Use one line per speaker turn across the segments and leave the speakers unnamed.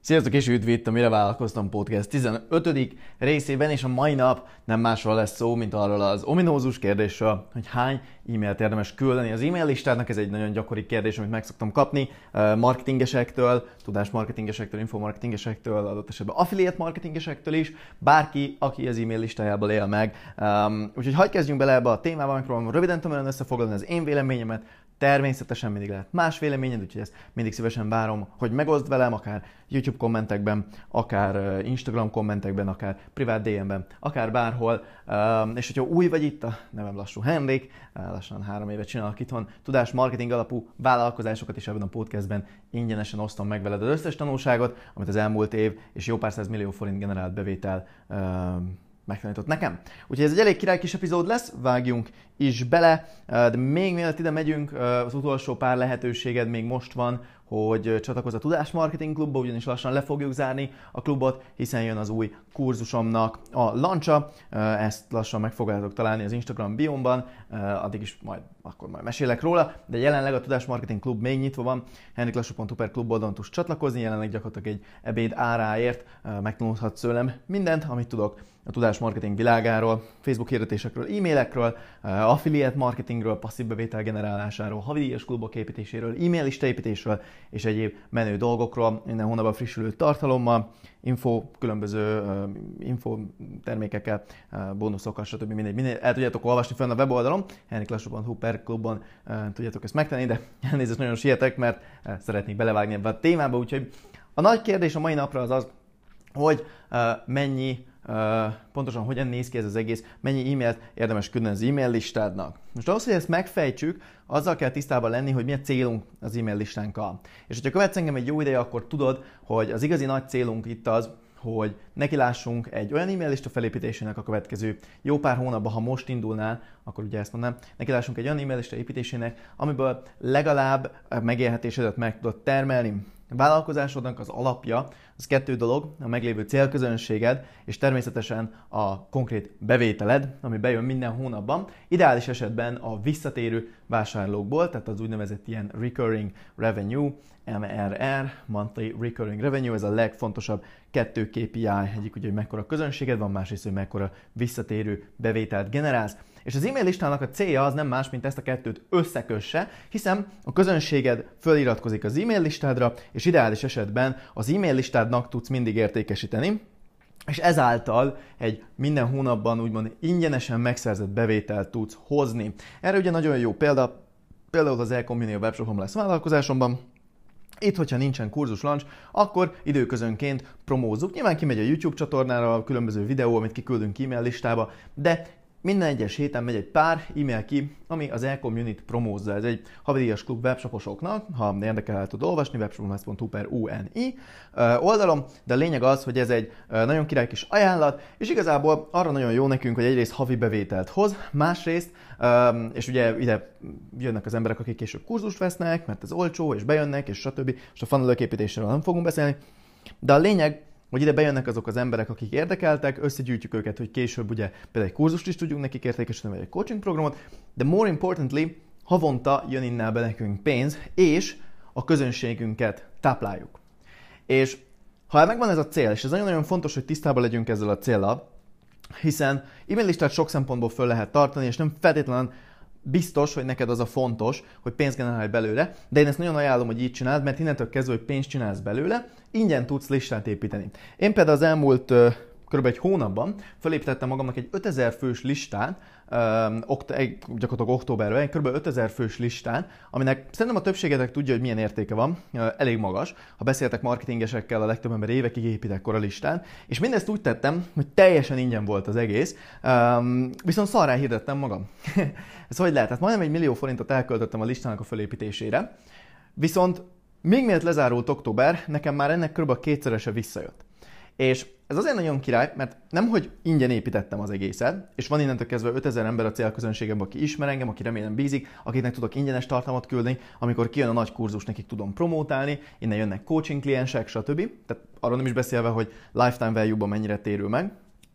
Sziasztok és üdv itt a Mire Vállalkoztam Podcast 15. részében, és a mai nap nem másról lesz szó, mint arról az ominózus kérdésről, hogy hány e-mailt érdemes küldeni az e-mail listádnak. Ez egy nagyon gyakori kérdés, amit meg szoktam kapni marketingesektől, tudásmarketingesektől, infomarketingesektől, adott esetben affiliate marketingesektől is, bárki, aki az e-mail listájából él meg. Úgyhogy hagyj kezdjünk bele ebbe a témába, megpróbálom röviden tömören összefoglalni az én véleményemet. Természetesen mindig lehet más véleményed, úgyhogy ezt mindig szívesen várom, hogy megoszd velem, akár YouTube kommentekben, akár Instagram kommentekben, akár privát DM-ben, akár bárhol. És hogyha új vagy itt, a nevem Lassú Henrik, lassan 3 évet csinálok itthon tudás-marketing alapú vállalkozásokat, és ebben a podcastben ingyenesen osztom meg veled az összes tanulságot, amit az elmúlt év és jó pár 100 millió forint generált bevétel megtanított nekem. Úgyhogy ez egy elég király kis epizód lesz, vágjunk is bele, de még mielőtt ide megyünk, az utolsó pár lehetőséged még most van, hogy csatlakozz a Tudás Marketing Klubba, ugyanis lassan le fogjuk zárni a klubot, hiszen jön az új kurzusomnak a launcha, ezt lassan meg fogjátok találni az Instagram biomban, addig is majd mesélek róla, de jelenleg a Tudás Marketing Klub még nyitva van, henriklassú.hu/klub oldalon tudsz csatlakozni, jelenleg gyakorlatilag egy ebéd áráért megtanulhatsz tőlem mindent, amit tudok a tudás marketing világáról, Facebook hirdetésekről, e-mailekről, affiliate marketingről, passzív bevétel generálásáról, havidíjas klubok építéséről, e-mail listaépítésről és egyéb menő dolgokról, minden hónapban frissülő tartalommal, különböző info termékekkel, bónuszokkal, stb. Mindegy. El tudjátok olvasni fenn a weboldalon, henriklassú.hu/klubon tudjátok ezt megtenni, de elnézést, nagyon sietek, mert szeretnék belevágni ebbe a témába, úgyhogy a nagy kérdés a mai napra az, hogy pontosan hogyan néz ki ez az egész, mennyi e-mailt érdemes küldeni az e-mail listádnak. Most ahhoz, hogy ezt megfejtsük, azzal kell tisztában lenni, hogy mi a célunk az e-mail listánkkal. És hogyha követsz engem egy jó ideje, akkor tudod, hogy az igazi nagy célunk itt az, hogy nekilássunk egy olyan e-mail lista felépítésének a következő jó pár hónapban, ha most indulnál, akkor ugye ezt mondanám, nekilássunk egy olyan e-mail lista építésének, amiből legalább megélhetésedet meg tudod termelni. A vállalkozásodnak az alapja, az 2 dolog, a meglévő célközönséged, és természetesen a konkrét bevételed, ami bejön minden hónapban. Ideális esetben a visszatérő vásárlókból, tehát az úgynevezett ilyen Recurring Revenue, MRR, Monthly Recurring Revenue, ez a legfontosabb 2 KPI, egyik ugye, hogy mekkora közönséged van, másrészt, hogy mekkora visszatérő bevételt generálsz. És az e-mail listának a célja az nem más, mint ezt a 2-t összekösse, hiszen a közönséged föliratkozik az e-mail listádra, és ideális esetben az e-mail listádnak tudsz mindig értékesíteni, és ezáltal egy minden hónapban úgymond ingyenesen megszerzett bevételt tudsz hozni. Erre ugye nagyon jó például az e-community webshopom lesz vállalkozásomban. Itt, hogyha nincsen kurzus launch, akkor időközönként promózzuk. Nyilván kimegy a YouTube csatornára a különböző videó, amit kiküldünk e-mail listába, de minden egyes héten megy egy pár e-mail ki, ami az e-community promózza. Ez egy havidíjas klub webshoposoknak, ha érdekel, el tud olvasni, webshopom.hu/uni oldalon, de a lényeg az, hogy ez egy nagyon király kis ajánlat, és igazából arra nagyon jó nekünk, hogy egyrészt havi bevételt hoz, másrészt, és ugye ide jönnek az emberek, akik később kurzust vesznek, mert ez olcsó, és bejönnek, és stb. És a funnel építésről nem fogunk beszélni, de a lényeg, hogy ide bejönnek azok az emberek, akik érdekeltek, összegyűjtjük őket, hogy később ugye például egy kurzust is tudjunk nekik értékesíteni, vagy egy coaching programot, de more importantly, havonta jön innen be nekünk pénz, és a közönségünket tápláljuk. És ha megvan ez a cél, és ez nagyon-nagyon fontos, hogy tisztában legyünk ezzel a céllal, hiszen e-mail listát sok szempontból föl lehet tartani, és nem feltétlenül biztos, hogy neked az a fontos, hogy pénzt generálj belőle, de én ezt nagyon ajánlom, hogy így csináld, mert innentől kezdve, hogy pénzt csinálsz belőle, ingyen tudsz listát építeni. Én például az elmúlt kb. Egy hónapban felépítettem magamnak egy 5000 fős listát, gyakorlatilag októberben, kb. 5000 fős listán, aminek szerintem a többségetek tudja, hogy milyen értéke van, elég magas. Ha beszéltek marketingesekkel, a legtöbb ember évekig épít ekkora listán, és mindezt úgy tettem, hogy teljesen ingyen volt az egész, viszont szarrá hirdettem magam. Ez hogy lehet? Hát majdnem 1 millió forintot elköltöttem a listának a felépítésére, viszont még mielőtt lezárult október, nekem már ennek kb. 2-szerese visszajött. És ez azért nagyon király, mert nemhogy ingyen építettem az egészet, és van innentől kezdve 5000 ember a célközönségemben, aki ismer engem, aki remélem bízik, akiknek tudok ingyenes tartalmat küldeni, amikor kijön a nagy kurzus, nekik tudom promótálni, innen jönnek coaching kliensek, stb. Tehát arról nem is beszélve, hogy lifetime value-ban mennyire térül meg.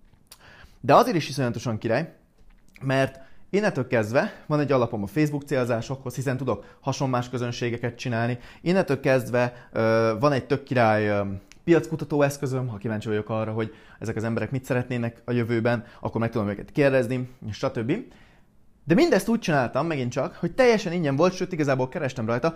De azért is iszonyatosan király, mert innentől kezdve van egy alapom a Facebook célzásokhoz, hiszen tudok hasonlás közönségeket csinálni. Innentől kezdve van egy tök király piackutató eszközöm, ha kíváncsi vagyok arra, hogy ezek az emberek mit szeretnének a jövőben, akkor meg tudom őket kérdezni, stb. De mindezt úgy csináltam megint csak, hogy teljesen ingyen volt, sőt igazából kerestem rajta,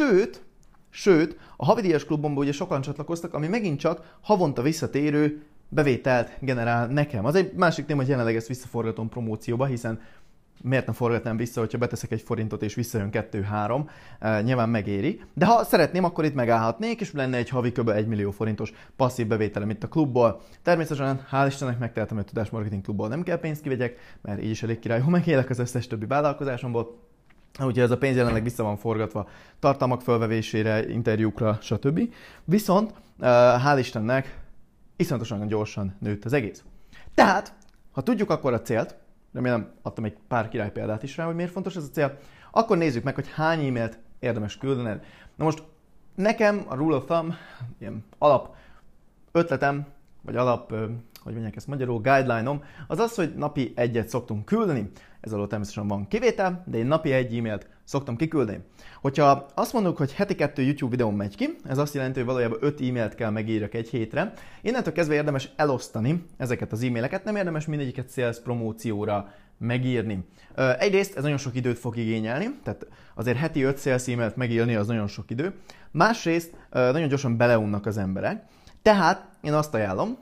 sőt, a havidíjas klubomban ugye sokan csatlakoztak, ami megint csak havonta visszatérő bevételt generál nekem. Az egy másik téma, hogy jelenleg ezt visszaforgatom promócióba, hiszen miért nem forgatnám vissza, hogyha beteszek egy forintot és visszajön 2-3, nyilván megéri. De ha szeretném, akkor itt megállhatnék, és lenne egy havi kb. 1 millió forintos passzív bevételem itt a klubból. Természetesen, hál' Istennek megtehetem, hogy Tudásmarketing Klubból nem kell pénzt kivegyek, mert így is elég királyul megélek az összes többi vállalkozásomból. Úgyhogy ez a pénz jelenleg vissza van forgatva tartalmak fölvevésére, interjúkra, stb. Viszont, hál' Istennek, iszonyatosan gyorsan nőtt az egész. Tehát, ha tudjuk akkor a célt, remélem adtam egy pár király példát is rá, hogy miért fontos ez a cél, akkor nézzük meg, hogy hány e-mailt érdemes küldened. Na most nekem a rule of thumb, ilyen alap ötletem, vagy alap, hogy mondják ezt magyarul, guideline-om, az az, hogy napi egyet szoktunk küldeni. Ez alól természetesen van kivétel, de én napi egy e-mailt szoktam kiküldeni. Hogyha azt mondjuk, hogy heti 2 YouTube videón megy ki, ez azt jelenti, hogy valójában 5 e-mailt kell megírjak egy hétre. Innentől kezdve érdemes elosztani ezeket az e-maileket, nem érdemes mindegyiket sales promócióra megírni. Egyrészt ez nagyon sok időt fog igényelni, tehát azért heti 5 sales e-mailt megírni az nagyon sok idő. Másrészt nagyon gyorsan beleunnak az emberek. Tehát én azt ajánlom,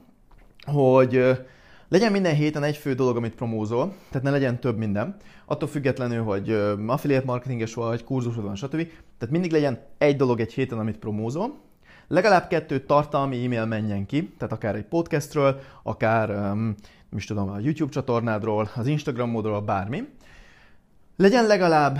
hogy legyen minden héten egy fő dolog, amit promózol, tehát ne legyen több minden. Attól függetlenül, hogy affiliate marketinges vagy, kurzusod van, stb. Tehát mindig legyen egy dolog egy héten, amit promózol. Legalább 2 tartalmi e-mail menjen ki, tehát akár egy podcastről, akár a YouTube csatornádról, az Instagramodról, bármi. Legyen legalább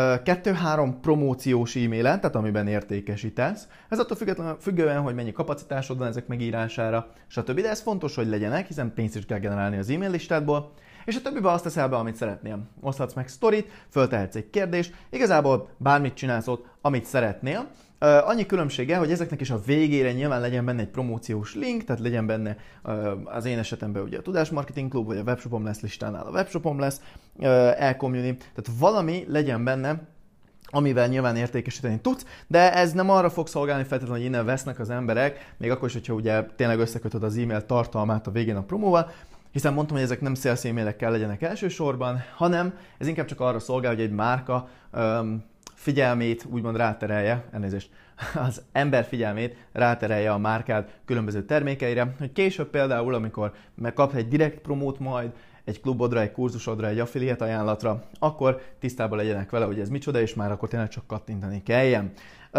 2-3 promóciós e-mailen, tehát amiben értékesítesz. Ez attól függően, hogy mennyi kapacitásod van ezek megírására, stb. De ez fontos, hogy legyenek, hiszen pénzt is kell generálni az e-mail listádból. És a többiben azt teszel be, amit szeretnél. Oszthatsz meg sztorit, föltehetsz egy kérdést, igazából bármit csinálsz ott, amit szeretnél. Annyi különbsége, hogy ezeknek is a végére nyilván legyen benne egy promóciós link, tehát legyen benne az én esetemben ugye a Tudásmarketing Klub, vagy a webshopom lesz listánál a webshopom lesz, e-community, tehát valami legyen benne, amivel nyilván értékesíteni tudsz, de ez nem arra fog szolgálni feltétlenül, hogy innen vesznek az emberek, még akkor is, hogyha ugye tényleg összekötöd az e-mail tartalmát a végén a promóval, hiszen mondtam, hogy ezek nem sales e-mailekkel legyenek elsősorban, hanem ez inkább csak arra szolgál, hogy egy márka figyelmét úgymond ráterelje, elnézést, az ember figyelmét ráterelje a márkád különböző termékeire, hogy később például, amikor megkapsz egy direkt promót majd, egy klubodra, egy kurzusodra, egy affiliate ajánlatra, akkor tisztában legyenek vele, hogy ez micsoda, és már akkor tényleg csak kattintani kelljen.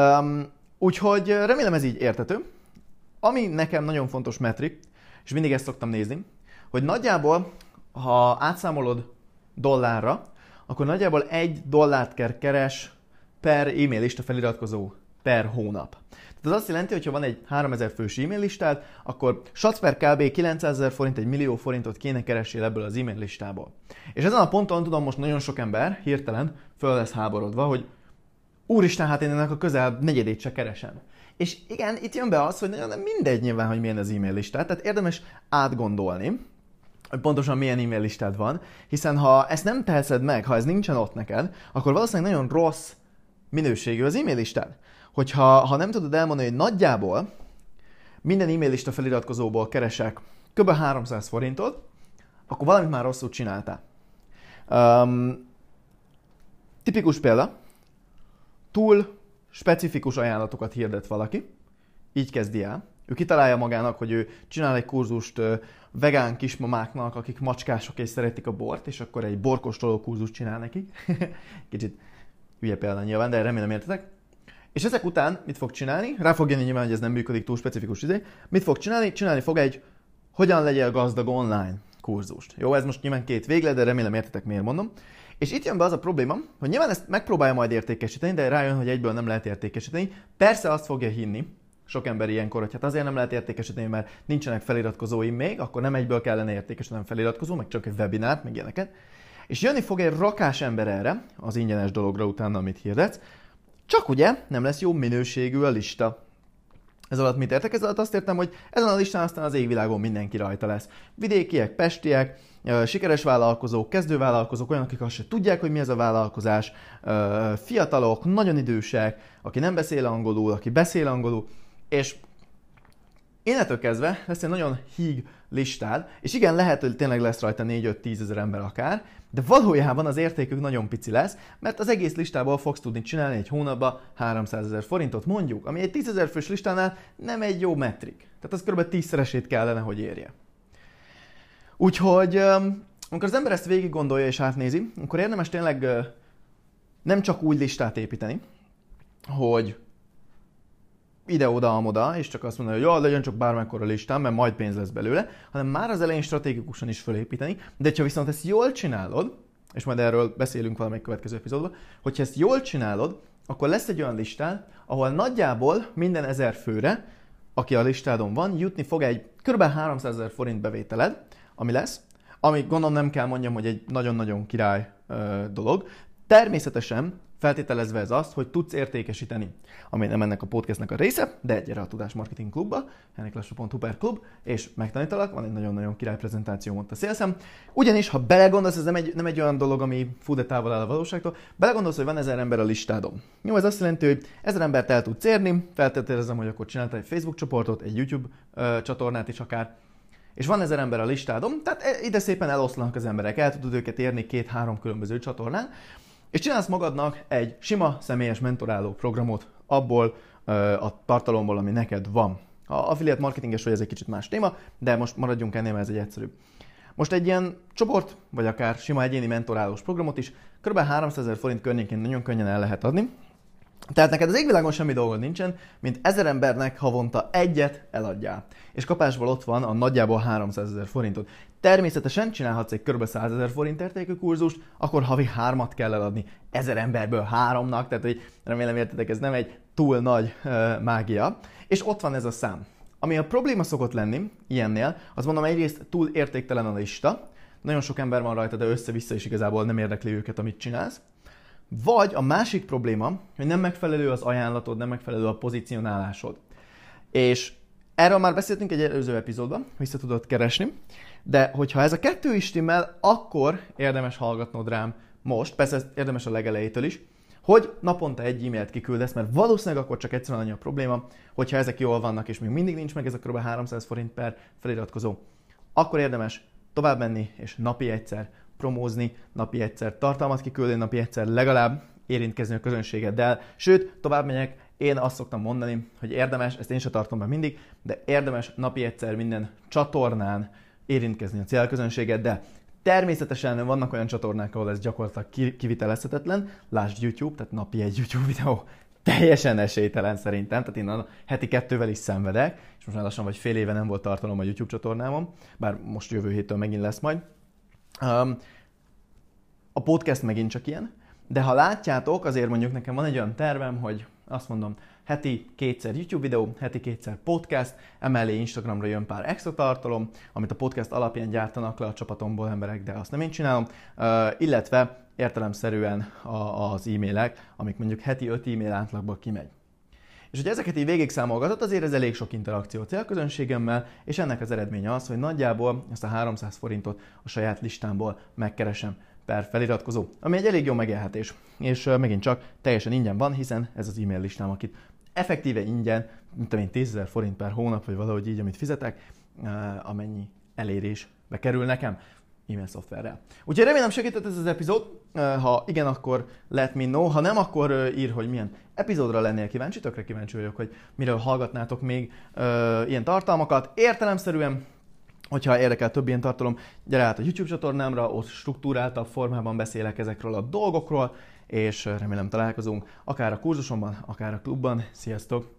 Úgyhogy remélem ez így érthető. Ami nekem nagyon fontos metrik, és mindig ezt szoktam nézni, hogy nagyjából, ha átszámolod dollárra, akkor nagyjából $1 keres per e-mail lista feliratkozó per hónap. Tehát az azt jelenti, hogy ha van egy 3000 fős e-mail listád, akkor satsz per kb. 900 000 forint, 1 millió forintot kéne keressél ebből az e-mail listából. És ezen a ponton tudom, most nagyon sok ember hirtelen föl lesz háborodva, hogy úristen, hát én ennek a közel negyedét se keresem. És igen, itt jön be az, hogy nagyon nem mindegy nyilván, hogy milyen az e-mail listát, tehát érdemes átgondolni, hogy pontosan milyen e-mail listád van, hiszen ha ezt nem teszed meg, ha ez nincsen ott neked, akkor valószínűleg nagyon rossz minőségű az e-mail listád. Hogyha nem tudod elmondani, hogy nagyjából minden e-mail lista feliratkozóból keresek kb. 300 forintot, akkor valamit már rosszul csináltál. Tipikus példa, túl specifikus ajánlatokat hirdet valaki, így kezdi el. Ő kitalálja magának, hogy ő csinál egy kurzust vegán kismamáknak, akik macskások és szeretik a bort, és akkor egy borkóstoló kurzust csinál nekik. Kicsit hülye példa nyilván, de remélem értetek. És ezek után mit fog csinálni? Rá fog jönni nyilván, hogy ez nem működik, túl specifikus idő. Mit fog csinálni? Csinálni fog egy hogyan legyél gazdag online kurzust. Jó, ez most nyilván 2 véglet, de remélem értetek, miért mondom. És itt jön be az a probléma, hogy nyilván ezt megpróbálja majd értékesíteni, de rájön, hogy egyből nem lehet értékesíteni. Persze azt fogja hinni, sok ember ilyenkor, hogy hát azért nem lehet értékesíteni, mert nincsenek feliratkozóim még, akkor nem egyből kellene értékesítenem feliratkozó, meg csak egy webinárt, meg ilyeneket. És jönni fog egy rakás ember erre, az ingyenes dologra utána, amit hirdetsz, csak ugye nem lesz jó minőségű a lista. Ez alatt mit értek? Ez alatt azt értem, hogy ezen a listán aztán az égvilágon mindenki rajta lesz. Vidékiek, pestiek, sikeres vállalkozók, kezdővállalkozók, olyanok, akik azt se tudják, hogy mi ez a vállalkozás, fiatalok, nagyon idősek, aki nem beszél angolul, aki beszél angolul, és Innentől kezdve lesz egy nagyon híg listád, és igen, lehet, hogy tényleg lesz rajta 4-5-10 ezer ember akár, de valójában az értékük nagyon pici lesz, mert az egész listából fogsz tudni csinálni egy hónapban 300 000 forintot mondjuk, ami egy 10 000 fős listánál nem egy jó metrik. Tehát az kb. 10-szeresét kellene, hogy érje. Úgyhogy amikor az ember ezt végig gondolja és átnézi, akkor érdemes tényleg nem csak úgy listát építeni, hogy ide-oda-amoda, és csak azt mondani, hogy jó, legyen csak bármekkora listám, mert majd pénz lesz belőle, hanem már az elején stratégikusan is fölépíteni, de ha viszont ezt jól csinálod, és majd erről beszélünk valamelyik következő epizódban, hogyha ezt jól csinálod, akkor lesz egy olyan listád, ahol nagyjából minden 1000 főre, aki a listádon van, jutni fog egy kb. 300 000 forint bevételed, ami lesz, ami gondolom nem kell mondjam, hogy egy nagyon-nagyon király dolog. Természetesen feltételezve ez azt, hogy tudsz értékesíteni, ami nem ennek a podcastnek a része, de gyere a Tudás Marketing Klubba, henriklassó.hu/klub, és megtanítalak, van egy nagyon-nagyon király prezentáció ott a szélszem. Ugyanis, ha belegondolsz, ez nem egy olyan dolog, ami fú de távol áll a valóságtól, belegondolsz, hogy van 1000 ember a listádon. Jó, ez azt jelenti, hogy 1000 embert el tudsz érni, feltételezem, hogy akkor csináltál egy Facebook csoportot, egy YouTube csatornát is akár, és van 1000 ember a listádon, tehát ide szépen eloszlanak az emberek, el tudod őket érni 2-3 különböző csatornán, és csinálsz magadnak egy sima személyes mentoráló programot abból a tartalomból, ami neked van. Ha affiliate marketinges vagy, ez egy kicsit más téma, de most maradjunk ennél, mert ez egy egyszerűbb. Most egy ilyen csoport, vagy akár sima egyéni mentorálós programot is kb. 300 000 forint környékén nagyon könnyen el lehet adni. Tehát neked az égvilágon semmi dolgod nincsen, mint 1000 embernek havonta egyet eladjál. És kapásból ott van a nagyjából 300 000 forintot. Természetesen csinálhatsz egy kb. 100 000 forint értékű kurzust, akkor havi 3-at kell eladni 1000 emberből 3-nak, tehát hogy remélem értetek, ez nem egy túl nagy mágia. És ott van ez a szám. Ami a probléma szokott lenni ilyennél, az mondom egyrészt túl értéktelen a lista, nagyon sok ember van rajta, de össze-vissza is igazából nem érdekli őket, amit csinálsz. Vagy a másik probléma, hogy nem megfelelő az ajánlatod, nem megfelelő a pozicionálásod. És erről már beszéltünk egy előző epizódban, vissza tudod keresni, de hogyha ez a kettő is stimmel, akkor érdemes hallgatnod rám most, persze ezt érdemes a legelejétől is, hogy naponta egy e-mailt kiküldesz, mert valószínűleg akkor csak egyszerűen annyi a probléma, hogyha ezek jól vannak, és még mindig nincs meg ez a kb. 300 forint per feliratkozó, akkor érdemes tovább menni, és napi egyszer promózni, napi egyszer tartalmat kiküldeni, napi egyszer legalább érintkezni a közönségeddel. Sőt, tovább megyek, én azt szoktam mondani, hogy érdemes, ezt én sem tartom be mindig, de érdemes napi egyszer minden csatornán érintkezni a célközönségeddel. Természetesen vannak olyan csatornák, ahol ez gyakorlatilag kivitelezhetetlen, lásd YouTube, tehát napi egy YouTube videó teljesen esélytelen szerintem, tehát én a heti 2-vel is szenvedek, és most már lassan vagy fél éve nem volt tartalom a YouTube csatornámon, bár most jövő héttől megint lesz majd. A podcast megint csak ilyen, de ha látjátok, azért mondjuk nekem van egy olyan tervem, hogy azt mondom, heti 2-szer YouTube videó, heti 2-szer podcast, emellé Instagramra jön pár extra tartalom, amit a podcast alapján gyártanak le a csapatomból emberek, de azt nem én csinálom, illetve értelemszerűen az e-mailek, amik mondjuk heti 5 e-mail átlagban kimegy. És hogy ezeket így végig számolgatott, azért ez elég sok interakció a célközönségemmel, és ennek az eredménye az, hogy nagyjából ezt a 300 forintot a saját listámból megkeresem per feliratkozó, ami egy elég jó megélhetés. És megint csak teljesen ingyen van, hiszen ez az e-mail listám, akit effektíve ingyen, mint amint 10 000 forint per hónap, vagy valahogy így, amit fizetek, amennyi elérésbe kerül nekem e-mail szoftverrel. Úgyhogy remélem segített ez az epizód, ha igen, akkor let me know, ha nem, akkor ír, hogy milyen epizódra lennél kíváncsi, tökre kíváncsi vagyok, hogy miről hallgatnátok még ilyen tartalmakat. Értelemszerűen, hogyha érdekel több ilyen tartalom, gyere át a YouTube csatornámra, ott struktúráltabb formában beszélek ezekről a dolgokról, és remélem találkozunk akár a kurzusomban, akár a klubban. Sziasztok!